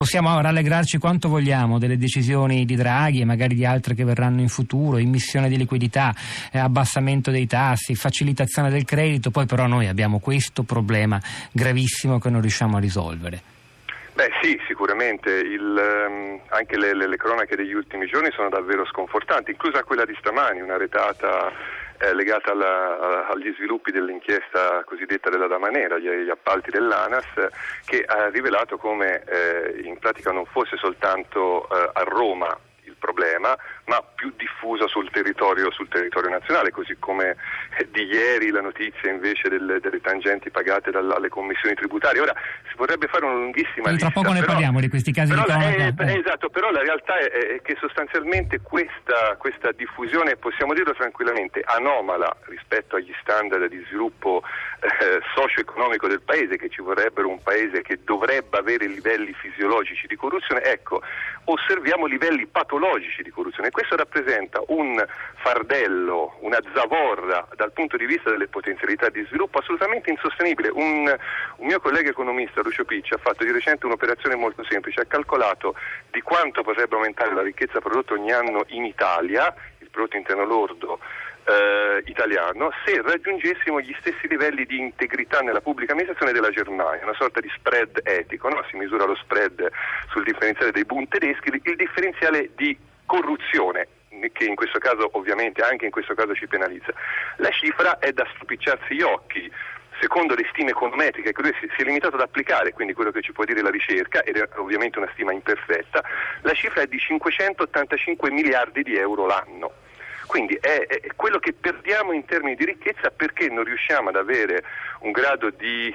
Possiamo rallegrarci quanto vogliamo delle decisioni di Draghi e magari di altre che verranno in futuro, immissione di liquidità, abbassamento dei tassi, facilitazione del credito, poi però noi abbiamo questo problema gravissimo che non riusciamo a risolvere. Beh sì, sicuramente anche le cronache degli ultimi giorni sono davvero sconfortanti, inclusa quella di stamani, una retata legata agli sviluppi dell'inchiesta cosiddetta della Dama Nera, gli appalti dell'ANAS, che ha rivelato come in pratica non fosse soltanto a Roma il problema, ma più diffusa sul territorio nazionale, così come di ieri la notizia invece delle tangenti pagate alle commissioni tributarie. Ora si vorrebbe fare una lunghissima lista. Tra poco ne parliamo di questi casi di cronaca. Esatto, però la realtà è che sostanzialmente questa diffusione, possiamo dirlo tranquillamente, anomala rispetto agli standard di sviluppo socio-economico del paese, che ci vorrebbero un paese che dovrebbe avere livelli fisiologici di corruzione. Ecco, osserviamo livelli patologici di corruzione. Questo rappresenta un fardello, una zavorra dal punto di vista delle potenzialità di sviluppo assolutamente insostenibile. Un mio collega economista, Lucio Picci, ha fatto di recente un'operazione molto semplice, ha calcolato di quanto potrebbe aumentare la ricchezza prodotta ogni anno in Italia, il prodotto interno lordo italiano, se raggiungessimo gli stessi livelli di integrità nella pubblica amministrazione della Germania, una sorta di spread etico, no? Si misura lo spread sul differenziale dei Bund tedeschi, il differenziale di corruzione, che in questo caso ovviamente anche in questo caso ci penalizza. La cifra è da stropicciarsi gli occhi. Secondo le stime econometriche che lui si è limitato ad applicare, quindi quello che ci può dire la ricerca, ed è ovviamente una stima imperfetta, la cifra è di 585 miliardi di euro l'anno. Quindi è quello che perdiamo in termini di ricchezza perché non riusciamo ad avere un grado di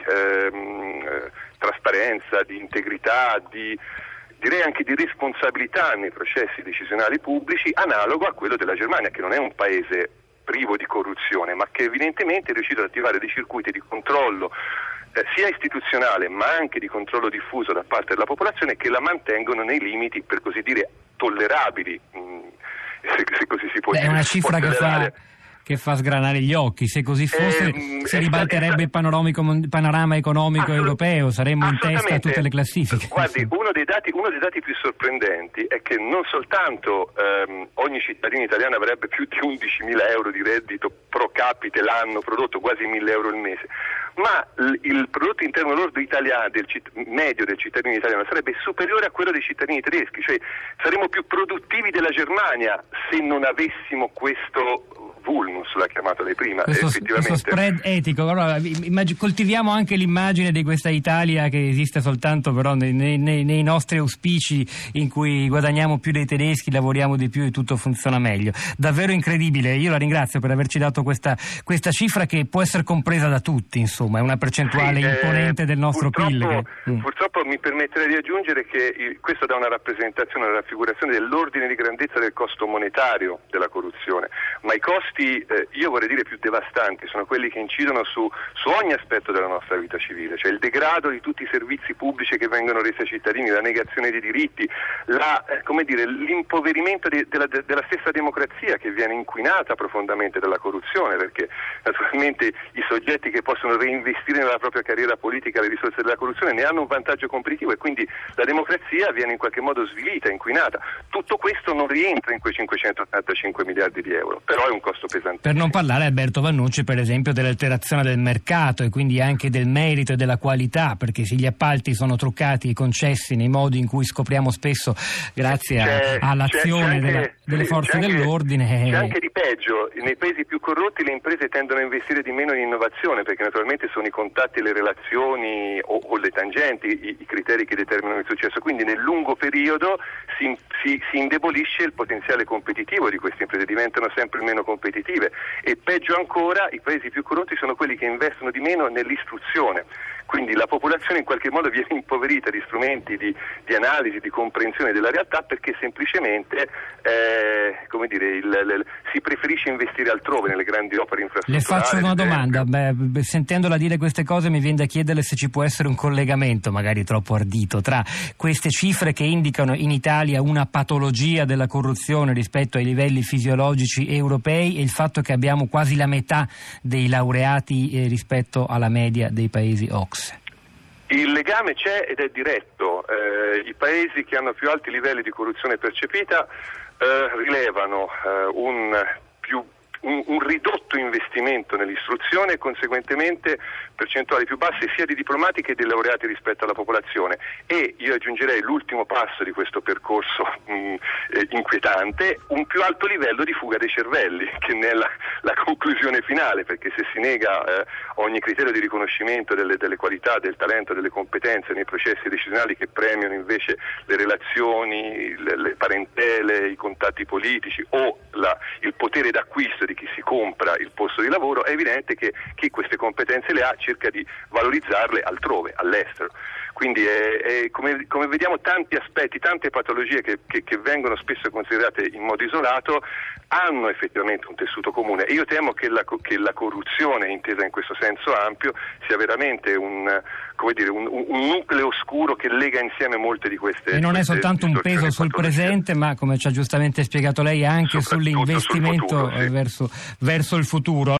trasparenza, di integrità, direi anche di responsabilità nei processi decisionali pubblici, analogo a quello della Germania, che non è un paese privo di corruzione, ma che evidentemente è riuscito ad attivare dei circuiti di controllo sia istituzionale ma anche di controllo diffuso da parte della popolazione, che la mantengono nei limiti, per così dire, tollerabili, se così si può dire. È una cifra che fa sgranare gli occhi. Se così fosse si ribalterebbe il panorama economico europeo, saremmo in testa a tutte le classifiche. Guardi, uno dei dati più sorprendenti è che non soltanto ogni cittadino italiano avrebbe più di 11.000 euro di reddito pro capite l'anno prodotto, quasi 1.000 euro al mese, ma il prodotto interno lordo italiano, medio del cittadino italiano, sarebbe superiore a quello dei cittadini tedeschi, cioè saremmo più produttivi della Germania se non avessimo questo vulnus, l'ha chiamato lei prima, effettivamente. Questo spread etico. Allora, coltiviamo anche l'immagine di questa Italia che esiste soltanto però nei nostri auspici, in cui guadagniamo più dei tedeschi, lavoriamo di più e tutto funziona meglio. Davvero incredibile. Io la ringrazio per averci dato questa cifra che può essere compresa da tutti, insomma, è una percentuale imponente del nostro PIL. Purtroppo mi permetterei di aggiungere che questo dà una rappresentazione, una raffigurazione dell'ordine di grandezza del costo monetario della corruzione, ma i costi, io vorrei dire più devastanti, sono quelli che incidono su ogni aspetto della nostra vita civile, cioè il degrado di tutti i servizi pubblici che vengono resi ai cittadini, la negazione dei diritti, l'impoverimento della stessa democrazia, che viene inquinata profondamente dalla corruzione, perché naturalmente i soggetti che possono reinvestire nella propria carriera politica le risorse della corruzione ne hanno un vantaggio competitivo e quindi la democrazia viene in qualche modo svilita, inquinata. Tutto questo non rientra in quei 585 miliardi di euro, però è un costo pesante. Per non parlare, Alberto Vannucci, per esempio, dell'alterazione del mercato e quindi anche del merito e della qualità, perché se gli appalti sono truccati e concessi nei modi in cui scopriamo spesso grazie all'azione delle forze dell'ordine. C'è anche di peggio. Nei paesi più corrotti le imprese tendono a investire di meno in innovazione, perché naturalmente sono i contatti, le relazioni o le tangenti i criteri che determinano il successo, quindi nel lungo periodo si indebolisce il potenziale competitivo di queste imprese, diventano sempre meno competitive, e peggio ancora i paesi più corrotti sono quelli che investono di meno nell'istruzione. Quindi la popolazione in qualche modo viene impoverita di strumenti di analisi, di comprensione della realtà, perché semplicemente si preferisce investire altrove nelle grandi opere infrastrutturali. Le faccio una domanda, sentendola dire queste cose mi viene da chiederle se ci può essere un collegamento, magari troppo ardito, tra queste cifre che indicano in Italia una patologia della corruzione rispetto ai livelli fisiologici europei e il fatto che abbiamo quasi la metà dei laureati rispetto alla media dei paesi OCSE. Il legame c'è ed è diretto. I paesi che hanno più alti livelli di corruzione percepita rilevano un ridotto investimento nell'istruzione e conseguentemente percentuali più basse sia di diplomati che di laureati rispetto alla popolazione, e io aggiungerei l'ultimo passo di questo percorso inquietante, un più alto livello di fuga dei cervelli, che ne è la conclusione finale, perché se si nega ogni criterio di riconoscimento delle qualità, del talento, delle competenze nei processi decisionali che premiano invece le relazioni, le parentele, i contatti politici o il potere d'acquisto di chi si compra il posto di lavoro, è evidente che chi queste competenze le ha cerca di valorizzarle altrove, all'estero. Quindi come vediamo, tanti aspetti, tante patologie che vengono spesso considerate in modo isolato hanno effettivamente un tessuto comune, e io temo che la corruzione intesa in questo senso ampio sia veramente un nucleo oscuro che lega insieme molte di queste. E non è soltanto un peso sul presente, ma come ci ha giustamente spiegato lei anche sull'investimento verso il futuro.